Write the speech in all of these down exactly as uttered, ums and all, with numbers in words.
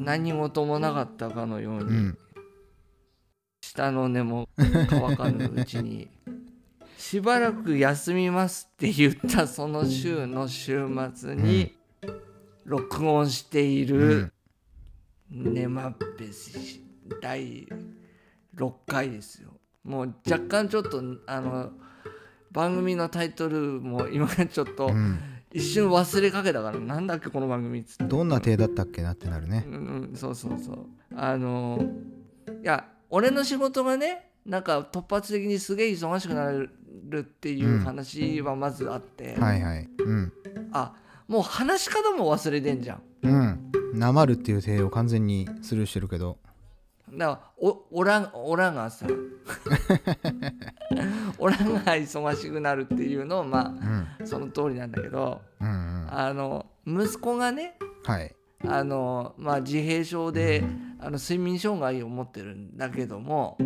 何事もなかったかのように、 うん、 下の根も乾かぬうちにしばらく休みますって言ったその週の週末に録音しているネマッペ氏だいろっかいですよ。もう若干ちょっとあの番組のタイトルも今ちょっと一瞬忘れかけたから、なんだっけこの番組っつって、 どんな体だったっけなってなるね。 うん、そうそうそう。あのいや俺の仕事がねなんか突発的にすげえ忙しくなるっていう話はまずあって、 うん、はいはい、うん、 あもう話し方も忘れてんじゃん。 うんなまるっていう体を完全にスルーしてるけど、 だからおおらんおらがさおらんが忙しくなるっていうのはまあ、うん、その通りなんだけど、うんうん、あの息子がね、はい、あのまあ自閉症であの睡眠障害を持ってるんだけども、うん、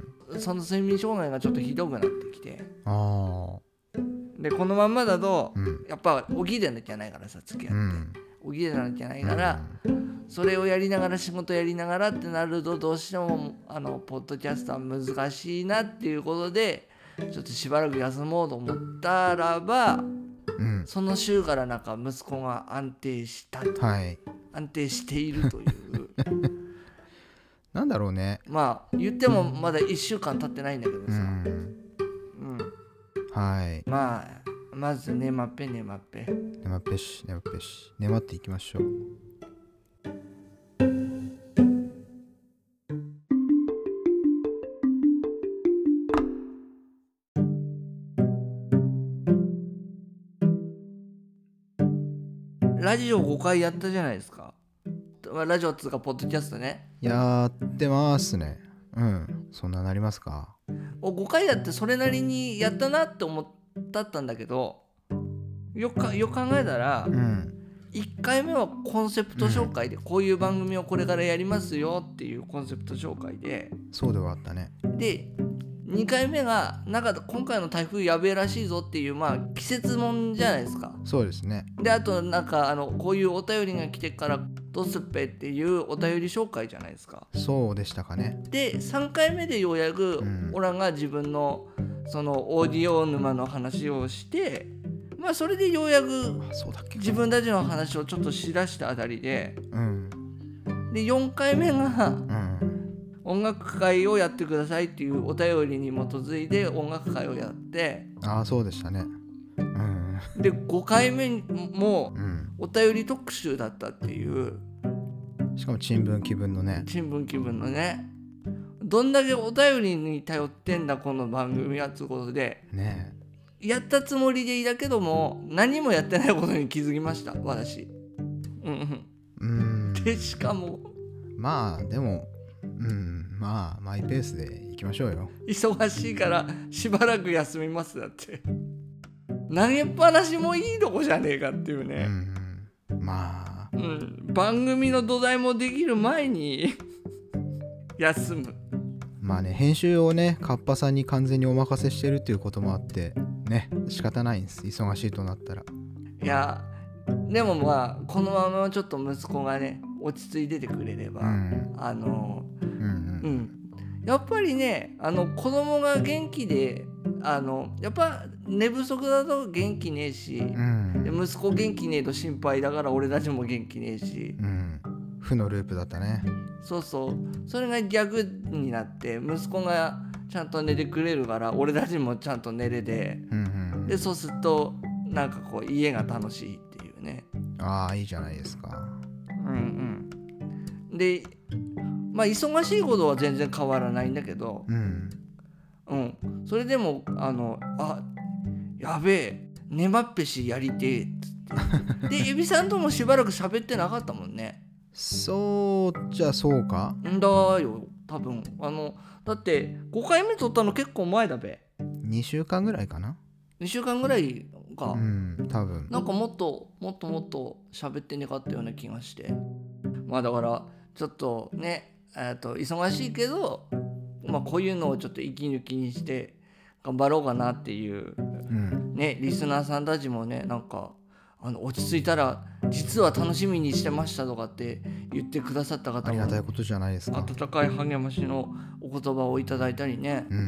その睡眠障害がちょっとひどくなってきて、あでこのまんまだと、うん、やっぱ起きてなきゃないからさ付き合って、うん、起きてなきゃないから、うん、それをやりながら仕事やりながらってなるとどうしてもあのポッドキャストは難しいなっていうことでちょっとしばらく休もうと思ったらば、うん、その週からなんか息子が安定したと、はい、安定しているというなんだろうね、 まあ言ってもまだいっしゅうかん経ってないんだけどさ、うんうん、はい、 まあまずねまっぺねまっぺねまっぺしねまっぺしねまっていきましょう。 ラジオごかいやったじゃないですか。ラジオっつうかポッドキャストねやってますね。うんそんななりますか。 ごかいやってそれなりにやったなって思ったったんだけど、よくかよく考えたら、うん、いっかいめはコンセプト紹介で、うん、こういう番組をこれからやりますよっていうコンセプト紹介で、 そうではあったね。 でにかいめがなんか今回の台風やべえらしいぞっていう、まあ季節もんじゃないですか。 そうですね。 であとなんかあのこういうお便りが来てからどうすっぺっていうお便り紹介じゃないですか。 そうでしたかね。 でさんかいめでようやく、うん、オラが自分のそのオーディオ沼の話をして、まあそれでようやく自分たちの話をちょっとしだしたあたりで、うん、でよんかいめが、うん音楽会をやってくださいっていうお便りに基づいて音楽会をやって、 ああそうでしたね、 うん、でごかいめもお便り特集だったっていう、 うん、しかも珍聞気分のね珍聞気分のねどんだけお便りに頼ってんだこの番組はつうことで、ね、やったつもりでいいだけども何もやってないことに気づきました私、うん、うんでしかもまあでもうんまあマイペースでいきましょうよ。 忙しいからしばらく休みますだって投げっぱなしもいいとこじゃねえかっていうね、 うん、まあ、 うん、番組の土台もできる前に休む。 まあね編集をねカッパさんに完全にお任せしてるっていうこともあってね仕方ないんです忙しいとなったら。 いやでもまあこのままちょっと息子がね落ち着いててくれれば、うん、あのうんうん、うん、やっぱりねあの子供が元気であのやっぱ寝不足だと元気ねえし、うん、で息子元気ねえと心配だから俺たちも元気ねえし、うん、 負のループだったね。 そうそうそれが逆になって息子がちゃんと寝てくれるから俺たちもちゃんと寝れて、うんうん、でそうするとなんかこう家が楽しいっていうね。 ああいいじゃないですか。 うんうん、でまあ忙しいことは全然変わらないんだけど、うんうん、それでもあのあやべえねまっぺしやりてえっつってでエビさんともしばらく喋ってなかったもんね。 そうじゃそうかんだよ多分あのだってごかいめ撮ったの結構前だべ。 にしゅうかんぐらいかな。 にしゅうかんぐらいか、 うん、多分なんかもっともっともっと喋ってなかったような気がして、まあだからちょっとねえと忙しいけど、まあ、こういうのをちょっと息抜きにして頑張ろうかなっていう、うん、ねリスナーさんたちもねなんかあの落ち着いたら実は楽しみにしてましたとかって言ってくださった方もありがたいことじゃないですか。 温かい励ましのお言葉をいただいたりね、うん、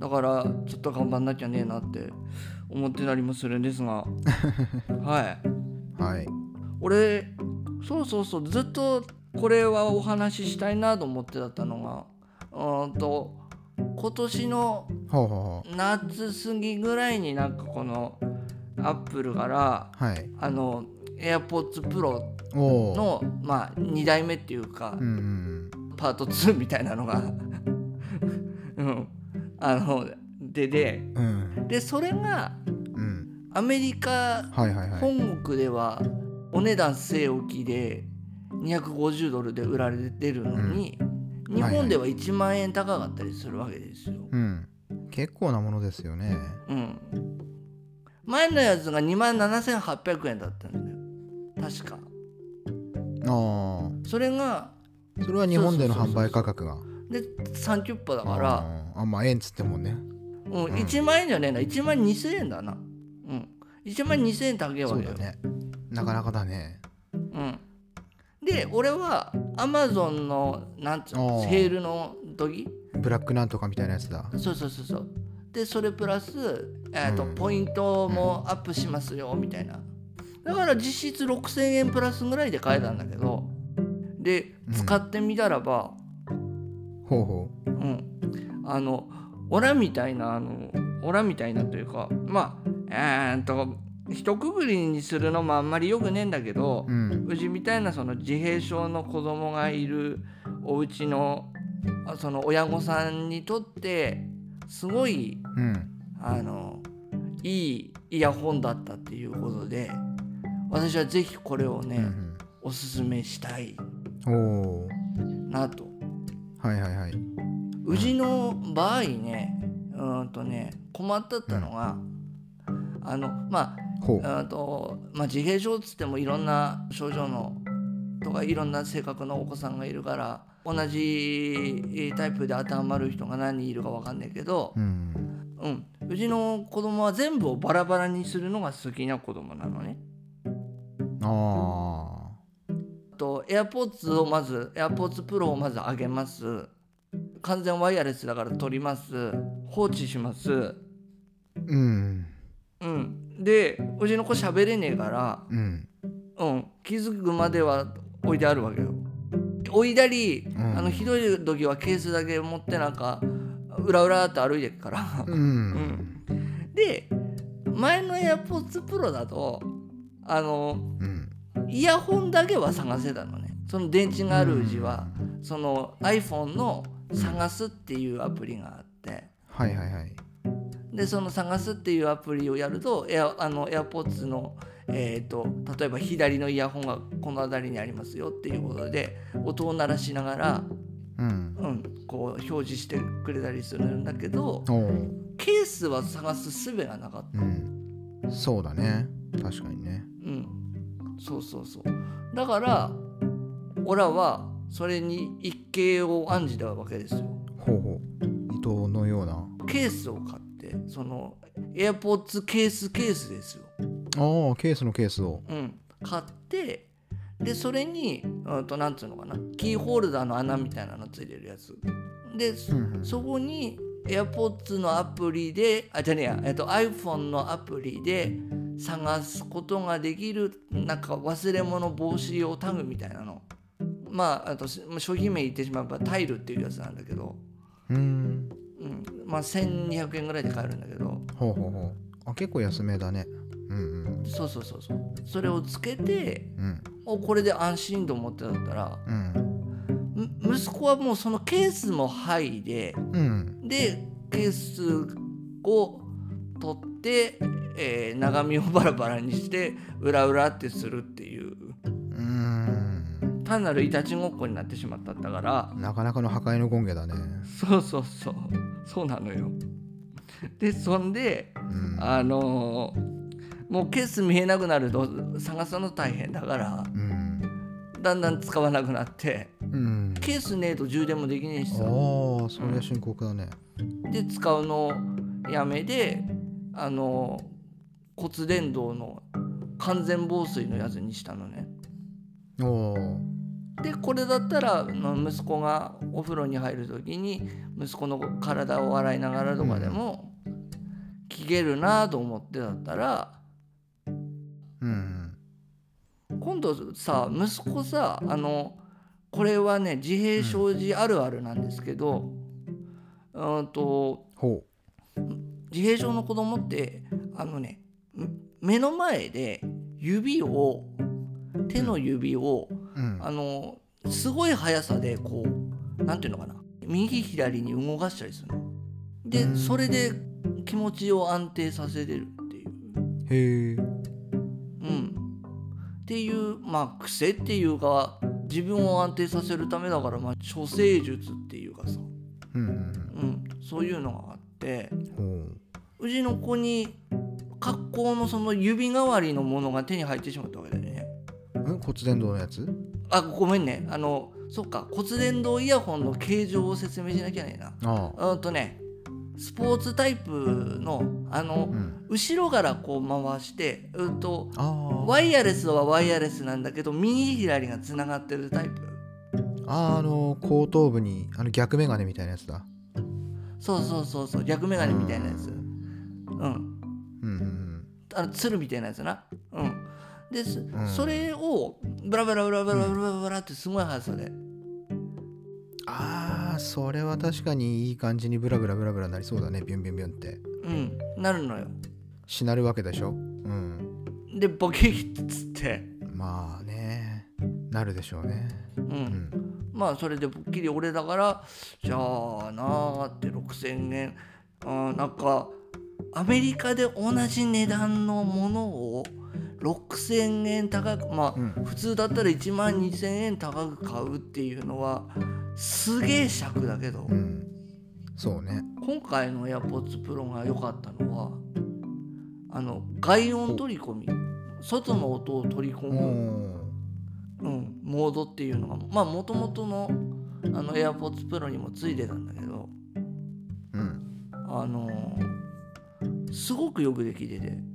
だからちょっと頑張んなきゃねえなって思ってたりもするんですがはいはい、俺そうそうそうずっとこれはお話ししたいなと思ってだったのが、うんと今年の夏過ぎぐらいになんかこのアップルから、はい、あの AirPods Pro のまあにだいめっていうか、うんうん、パートツーみたいなのが、うん、あのでで、うん、でそれが、うん、アメリカ本国ではお値段据え置きでにひゃくごじゅうドルで売られてるのに、うん、日本ではいちまんえん高かったりするわけですよ、 うん、結構なものですよね、うん、 前のやつがにまんななせんはっぴゃくえんだったんだよ確か。あそれがそれは日本での販売価格がでさんじゅっパーセントだからああまあ円つってもね、 うんうん、いちまんえんじゃねえな、いちまんにせんえんだな、うん、いちまんにせんえん高いわけよ。 そうだね、なかなかだね。 うんで俺はアマゾンのなんつうのセールの時ブラックなんとかみたいなやつだ。 そうそうそうそうでそれプラス、えーとうん、ポイントもアップしますよみたいな、だから実質ろくせんえんプラスぐらいで買えたんだけど、で使ってみたらば、 うん、ほうほう、うん、 あのオラみたいなあのオラみたいなというかまあえーっと一括りにするのもあんまりよくねえんだけど、うん、うちみたいなその自閉症の子供がいるお家のその親御さんにとってすごい、うん、あのいいイヤホンだったっていうことで私はぜひこれをね、うんうん、おすすめしたいなと。 はいはいはい。 うちの場合ね、うんとね困ったったのが、うん、あのまああとまあ、自閉症っつってもいろんな症状のとかいろんな性格のお子さんがいるから同じタイプで当てはまる人が何人いるか分かんないけど、うんうん、うちの子供は全部をバラバラにするのが好きな子供なのね。あと AirPods をまず AirPods Pro をまず上げます。完全ワイヤレスだから取ります。放置します。うんうん、でうちの子喋れねえから、うんうん、気づくまでは置いてあるわけよ。置いたり、うん、あのひどい時はケースだけ持ってなんかうらうらって歩いてるから、うんうん、で前の AirPods Pro だとあの、うん、イヤホンだけは探せたのね。その電池があるうちは、うん、その iPhone の探すっていうアプリがあって、 うん、はいはいはいでその探すっていうアプリをやるとエアあの AirPods の、えーと、例えば左のイヤホンがこの辺りにありますよっていうことで音を鳴らしながら、うんうん、こう表示してくれたりするんだけどケースは探す術がなかった、うん、 そうだね確かにね、 うん、そうそうそうだから俺らはそれに一計を案じたわけですよ。 ほうほう伊藤のようなケースを買ってその AirPods ケースケースですよ。 ああケースのケースを、 うん、買ってでそれにうんとなんつうのかなキーホルダーの穴みたいなのついてるやつで、うんうん、そこに AirPods のアプリであじゃねえや、えっと、iPhone のアプリで探すことができるなんか忘れ物防止用タグみたいなのまああと商品名言ってしまえばタイルっていうやつなんだけどうんうんまあ、せんにひゃくえんぐらいで買えるんだけどほうほうほうあ結構安めだね、うんうん、 そうそうそうそうそれをつけて、うん、おこれで安心と思ってだったら、うん、息子はもうそのケースも剥いで、うん、でケースを取って、えー、長身をバラバラにして裏裏ってするっていううん単なるいたちごっこになってしまったんだからなかなかの破壊の権化だね。 そうそうそうそうなのよ。でそんで、うん、あのー、もうケース見えなくなると探すの大変だから、うん、だんだん使わなくなって、うん、ケースねえと充電もできねえしさ。 ああそれは深刻だね、 うん、で使うのやめであのー、骨伝導の完全防水のやつにしたのね。 おでこれだったら息子がお風呂に入る時に息子の体を洗いながらとかでも聞けるなと思ってだったら、 うんうん、今度さ息子さあのこれはね自閉症児あるあるなんですけど、うん、とほう自閉症の子供ってあのね目の前で指を手の指を、うん、あのすごい速さでこうなんていうのかな右左に動かしたりするのでそれで気持ちを安定させれるっていうへえうんっていうまあ癖っていうか自分を安定させるためだからまあ処世術っていうかさ、 うんうんうんうん、そういうのがあってうちの子に格好のその指代わりのものが手に入ってしまったわけだよね。 ん骨伝導のやつあごめんねあのそっか骨伝導イヤホンの形状を説明しなきゃねえな。あうんとねスポーツタイプのあの、うん、後ろからこう回してうんとワイヤレスはワイヤレスなんだけど右左がつながってるタイプ。 ああの後頭部にあの逆眼鏡みたいなやつだ。 そうそうそうそう逆眼鏡みたいなやつ。うん。うんうんうん。あの鶴みたいなやつな。うん。で、うん、それをブラブラブラブラブラブラってすごい速さで。 ああそれは確かにいい感じにブラブラブラブラなりそうだねビュンビュンビュンって。 うんなるのよ。 しなるわけでしょ。うんでボキッつってまあねなるでしょうね。 うん、うん、まあそれでぼっきり俺だからじゃあなーってろくせんえんあなんかアメリカで同じ値段のものをろくせんえん高くまあ、うん、普通だったらいちまんにせんえん高く買うっていうのはすげえ尺だけど、うん、 そうね今回の AirPods Pro が良かったのはあの外音取り込み外の音を取り込む、うん、モードっていうのがまあもともとのあの AirPods Pro にもついてたんだけど、うん、あのー、すごくよくできてて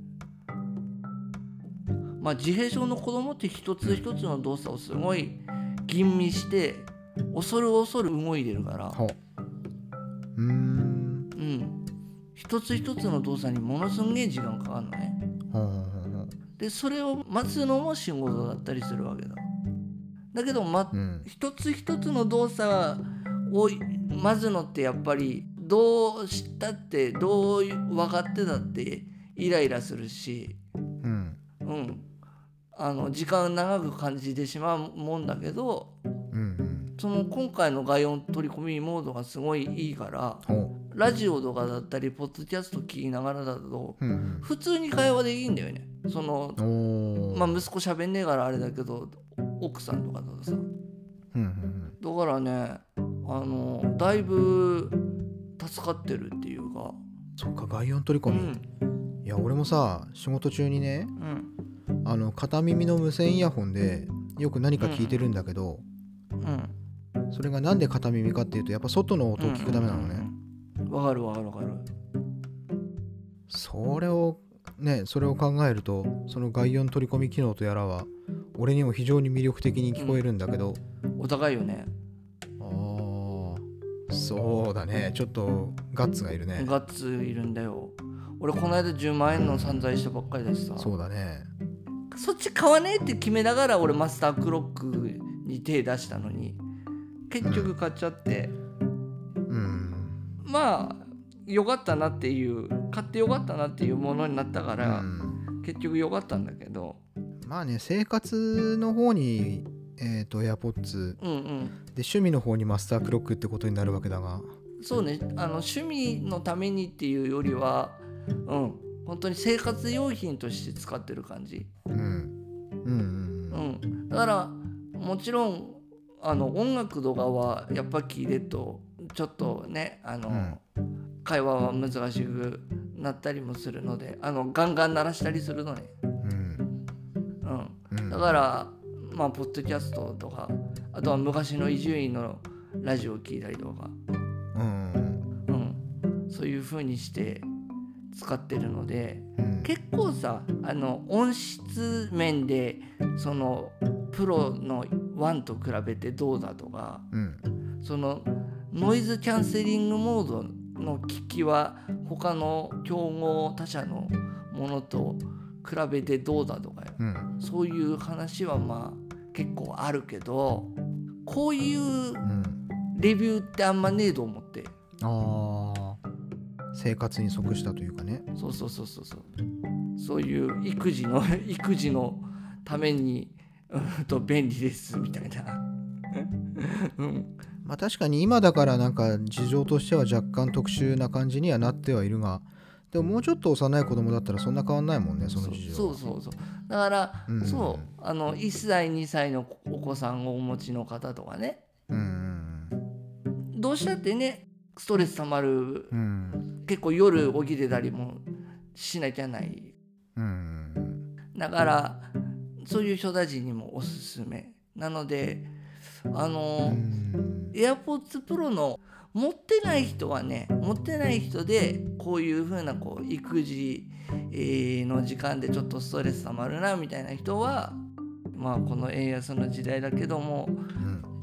まあ自閉症の子供って一つ一つの動作をすごい吟味して恐る恐る動いてるからうーんうん一つ一つの動作にものすんげえ時間かかるのね。でそれを待つのも仕事だったりするわけだ。だけど、まうん、一つ一つの動作を待つのってやっぱりどうしたってどう分かってたってイライラするし、うんうん、あの時間長く感じてしまうもんだけど、うんうん、その今回の外音取り込みモードがすごいいいからラジオとかだったりポッドキャスト聞きながらだと、うんうん、普通に会話でいいんだよね。そのまあ息子喋んねえからあれだけど奥さんとかだとさ、うんうんうん、だからねあのだいぶ助かってるっていうか。 そっか外音取り込み、うん、いや俺もさ仕事中にね、うん、あの片耳の無線イヤホンでよく何か聞いてるんだけど、うんうん、それがなんで片耳かっていうとやっぱ外の音を聞くためなのね。わ、 うんうんうん、かるわかるわかる。 それをね、それを考えるとその外音取り込み機能とやらは俺にも非常に魅力的に聞こえるんだけど、 うん、お高いよね。 ああそうだねちょっとガッツがいるね。 ガッツいるんだよ。俺この間じゅうまんえんの散財したばっかりだしさ、 うん、そうだねそっち買わねえって決めながら俺マスタークロックに手出したのに結局買っちゃって、うん、うん、まあよかったなっていう買ってよかったなっていうものになったから、うん、結局よかったんだけどまあね生活の方にえっと AirPods、うんうん、で趣味の方にマスタークロックってことになるわけだがそうねあの趣味のためにっていうよりはうん本当に生活用品として使ってる感じ、うんうんうんうん、だからもちろんあの音楽とかはやっぱ聞いてるとちょっとねあの、うん会話は難しくなったりもするのであのガンガン鳴らしたりするのね、うんうん、だからまあポッドキャストとかあとは昔の伊集院のラジオを聞いたりとか、うんうん、そういう風にして使ってるので、うん結構さあの音質面でそのプロのワンと比べてどうだとか、うん、そのノイズキャンセリングモードの機器は他の競合他社のものと比べてどうだとか、うん、そういう話はまあ結構あるけど、こういうレビューってあんまねえと思って、うん、 あ生活に即したというかね。 そうそうそうそうそう、そういう育児の育児のために、うん、と便利ですみたいな、 うん、まあ確かに今だからなんか事情としては若干特殊な感じにはなってはいるが、でももうちょっと幼い子供だったらそんな変わんないもんね、その事情は。 そうそうそう、だから、うん、そうあのいっさいにさいのお子さんをお持ちの方とかね、うん、どうしたってねストレスたまる、うん、結構夜起きてたりもしなきゃない、うん、だからそういう人たちにもおすすめなので、あの、うん、AirPods Pro の持ってない人はね、持ってない人でこういう風なこう育児の時間でちょっとストレスたまるなみたいな人は、まあこの円安の時代だけども、うん、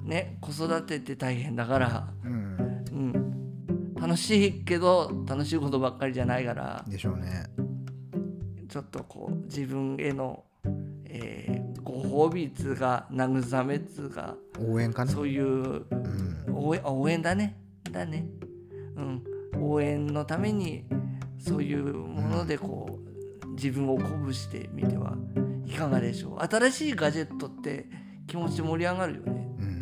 ね、子育てって大変だから、うんうん、楽しいけど楽しいことばっかりじゃないからでしょうね。 ちょっとこう自分への、えー、ご褒美っつうか慰めっつうか応援かな、 そういう、うん、応援、応援だねだね、うん、応援のためにそういうものでこう、うん、自分を鼓舞してみてはいかがでしょう。新しいガジェットって気持ち盛り上がるよね、 うん、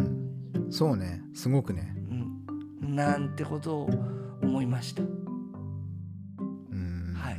そうね、すごくね、 うん、なんてことを思いました。うん、はい。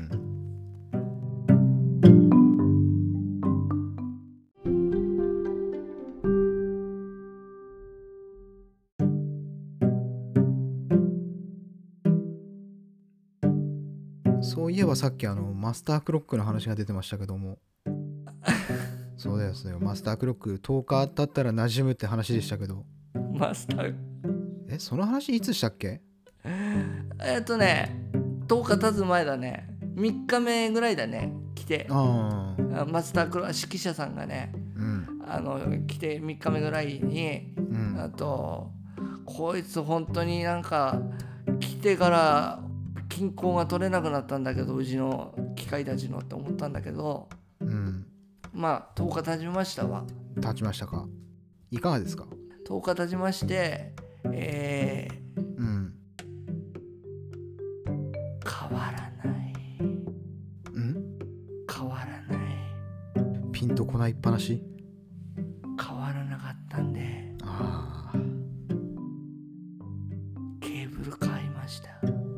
そういえばさっきあのマスタークロックの話が出てましたけどもそうですよ、マスタークロックとおか経ったら馴染むって話でしたけど、 マスターえその話いつしたっけ？ えっとねとおか経つ前だね、みっかめぐらいだね来て、あマスタークロック指揮者さんがね、うん、あの来てみっかめぐらいに、うん、あとこいつ本当になんか来てから均衡が取れなくなったんだけどうちの機械たちのって思ったんだけど、うん、まあとおか経ちましたわ。 経ちましたか？いかがですか？ とおか経ちまして、えーうん、変わらない。 ん？ 変わらない。 ピンとこないっぱなし？ 変わらなかったんで、あケーブル買いました。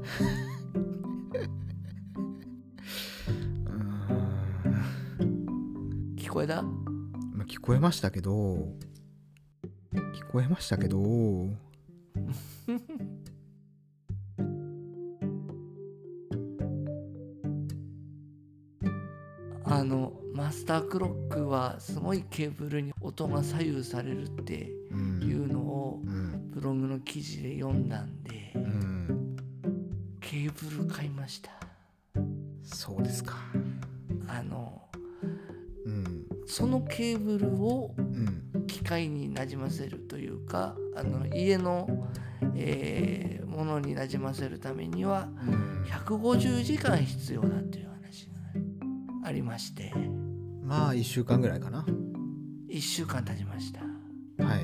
聞こえた？ 聞こえましたけど聞こえましたけどあのマスタークロックはすごいケーブルに音が左右されるっていうのをブログの記事で読んだんで、うん、ケーブル買いました。 そうですか。 あの、うん、そのケーブルを機械になじませるというか、あの家の、えー、ものになじませるためにはひゃくごじゅうじかん必要だという話がありまして、 まあいっしゅうかんぐらいかな。 いっしゅうかん経ちました。 はい。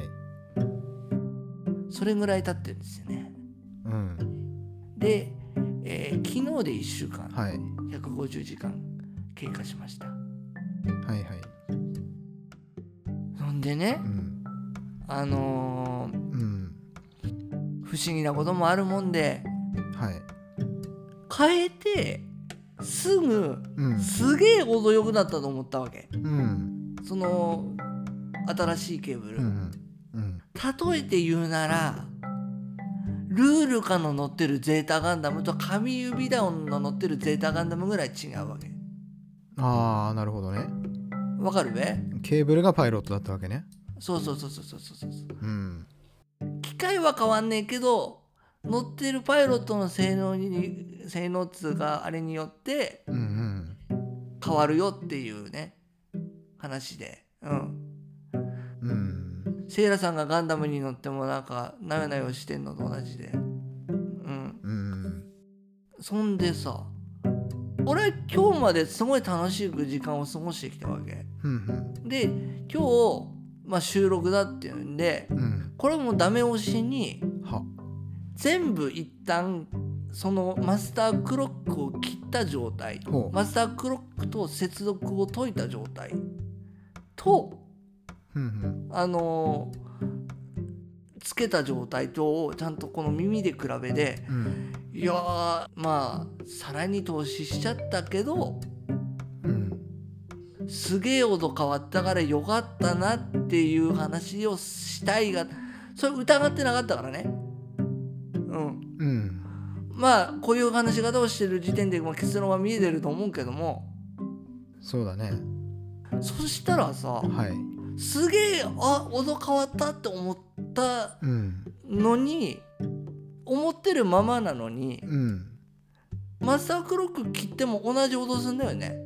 それぐらい経ってるんですよね。うん。で、えー、昨日でいっしゅうかん、はい、ひゃくごじゅうじかん経過しました。はいはい。そんでね、うん、あのーうん、不思議なこともあるもんで、はい、変えてすぐ、うん、すげえ程よくなったと思ったわけ、うん、その新しいケーブル、うんうん、例えて言うならルールカの乗ってるゼータガンダムと神指ダウンの乗ってるゼータガンダムぐらい違うわけ。 ああ、なるほどね。 わかるべ？ ケーブルがパイロットだったわけね。 そうそうそうそうそうそう、うん、機械は変わんねえけど乗ってるパイロットの性能に性能っつうかあれによって、うんうん、 変わるよっていうね話で、うん、 うん、 セイラさんがガンダムに乗ってもなんかなよなよしてんのと同じで、うん、 うん、 そんでさ、俺今日まですごい楽しく時間を過ごしてきたわけ、 うん、 で今日、まあ、収録だっていうんで、うん、これもダメ押しに全部一旦そのマスタークロックを切った状態、マスタークロックと接続を解いた状態と、 うんうん、 あのー、つけた状態とをちゃんとこの耳で比べて、うん、いやーまあさらに投資しちゃったけど、うん、すげえ音変わったからよかったなっていう話をしたいが、それ疑ってなかったからね。うん、うん、まあこういう話し方をしてる時点で結論は見えてると思うけども、 そうだね。 そしたらさ、はい、すげえあ音変わったって思ったのに、うん、思ってるままなのに、うん、マスタークロック切っても同じ音すんだよね。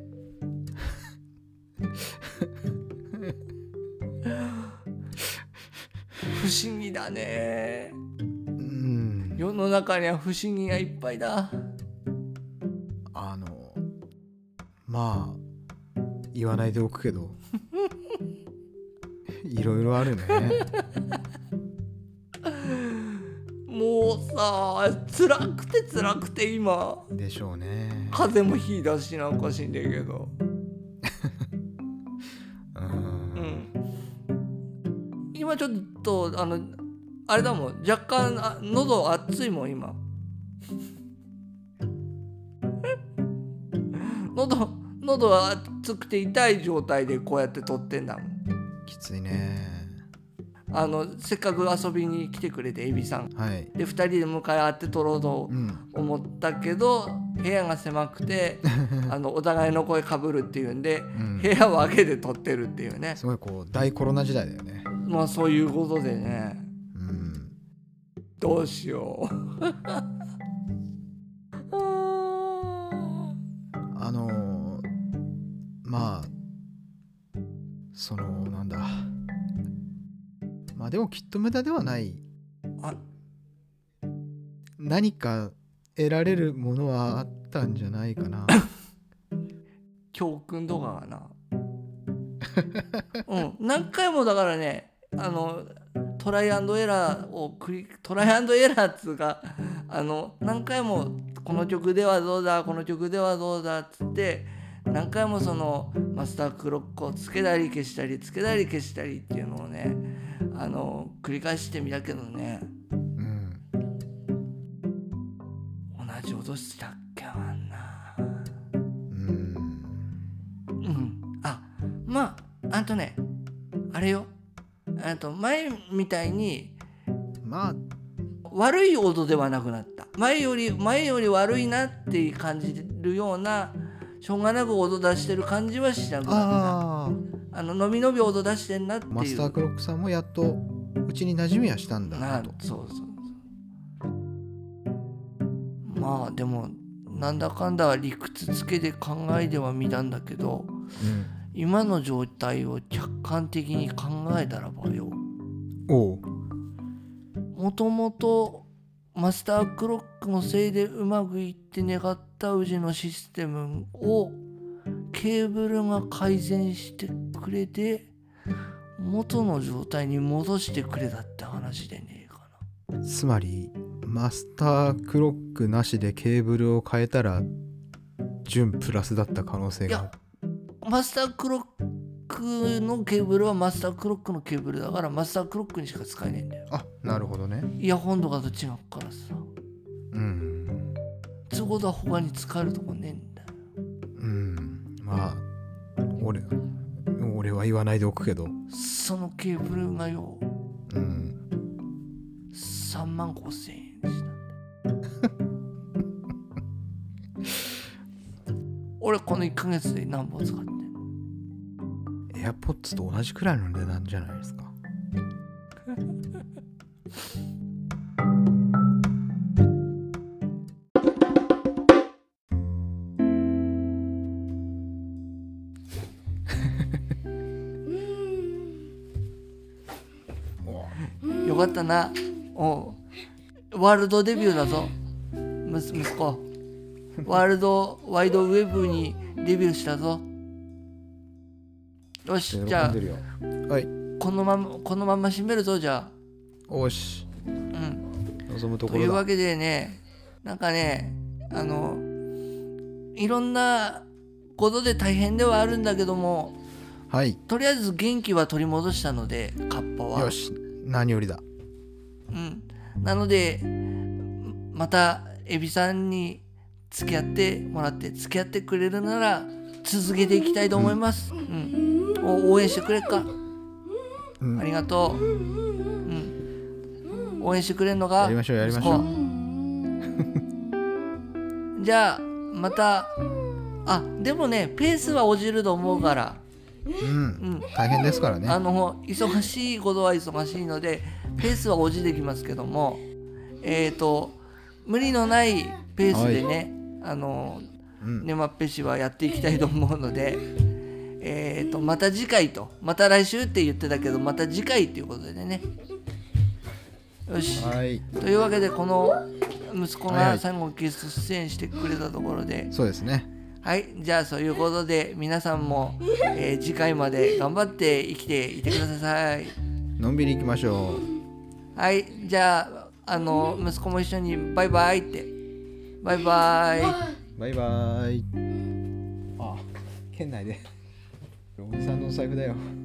不思議だね、うん、世の中には不思議がいっぱいだ。 あのまあ言わないでおくけどいろいろあるね。 もうさ辛くて辛くて今でしょうね。 風邪もひいだしなおかしいんだけどうん、うん、今ちょっとあのあれだもん、若干あ喉熱いもん今喉喉熱くて痛い状態でこうやって撮ってんだもん。 きついね。 あのせっかく遊びに来てくれてエビさん、 はい、 でふたりで向かい合って撮ろうと思ったけど、うん、部屋が狭くてあのお互いの声かぶるっていうんで、うん、部屋を分けて撮ってるっていうね。 すごいこう大コロナ時代だよね。 まあそういうことでね、うん、どうしようあのー、まあそのなんだまあでもきっと無駄ではない。あ何か得られるものはあったんじゃないかな。 教訓とかがなうん何回もだからね、あのトライアンドエラーを繰りトライアンドエラーっつうか、あの何回もこの曲ではどうだこの曲ではどうだっつって何回もそのマスタークロックをつけたり消したりつけたり消したりっていうのをね、あの繰り返してみたけどね、うん、同じ音したっけわんな。うんうんあまああとねあれよ、あと前みたいにまあ悪い音ではなくなった。前より前より悪いなって感じるようなしょうがなく音出してる感じはしなくなった。ああののびのび音出してんなっていう。 マスタークロックさんもやっとうちに馴染みはしたんだなと。 そうそうそう。まあでもなんだかんだ理屈つけて考えてはみたんだけど、うん、今の状態を客観的に考えたらばよ、おうもともとマスタークロックのせいでうまくいって願ったうちのシステムをケーブルが改善してくれて元の状態に戻してくれたって話でねえかな。つまりマスタークロックなしでケーブルを変えたら純プラスだった可能性がある。 いやマスタークロックのケーブルはマスタークロックのケーブルだからマスタークロックにしか使えないんだよ。 あ、なるほどね。 イヤホンとかと違うからさ。うん。都合は他に使えるとこねえんだよ。 うん。まあ俺俺は言わないでおくけど。 そのケーブルがよ。うん。さんまんごせんえんでした。俺このいっかげつで何本使ってんの？ エアポッツと同じくらいの値段じゃないですか。 よかったな。おワールドデビューだぞ息子。ワールドワイドウェブにデビューしたぞ。よし、じゃあ、はい、このままこのまま締めるぞ。じゃあおし、うん、望むところだ。 というわけでね、なんかね、あのいろんなことで大変ではあるんだけども、 はい、 とりあえず元気は取り戻したので、カッパは。 よし、何よりだ。 うん、なのでまたエビさんに付き合ってもらって、付き合ってくれるなら続けていきたいと思います。うん、うん、応援してくれっか、うん、ありがとう、うん、応援してくれるのがやりましょうやりましょうじゃあまた。あ、でもね、ペースは落ちると思うから、 うん、うん、大変ですからね。 あの忙しいことは忙しいのでペースは落ちてきますけども、えっと無理のないペースでね、はい、あの、うん、ねまっぺしはやっていきたいと思うので、えっとまた次回と、また来週って言ってたけど、また次回っていうことでね。よし、はい、というわけで、この息子が最後ゲスト出演してくれたところで、はいはい、 そうですね。 はい、じゃあそういうことで皆さんも、えー、次回まで頑張って生きていてください。 のんびり行きましょう。はい、じゃあ、あの息子も一緒にバイバイって。バイバイ。 バイバイ。あ、県内でロブさんのお財布だよ。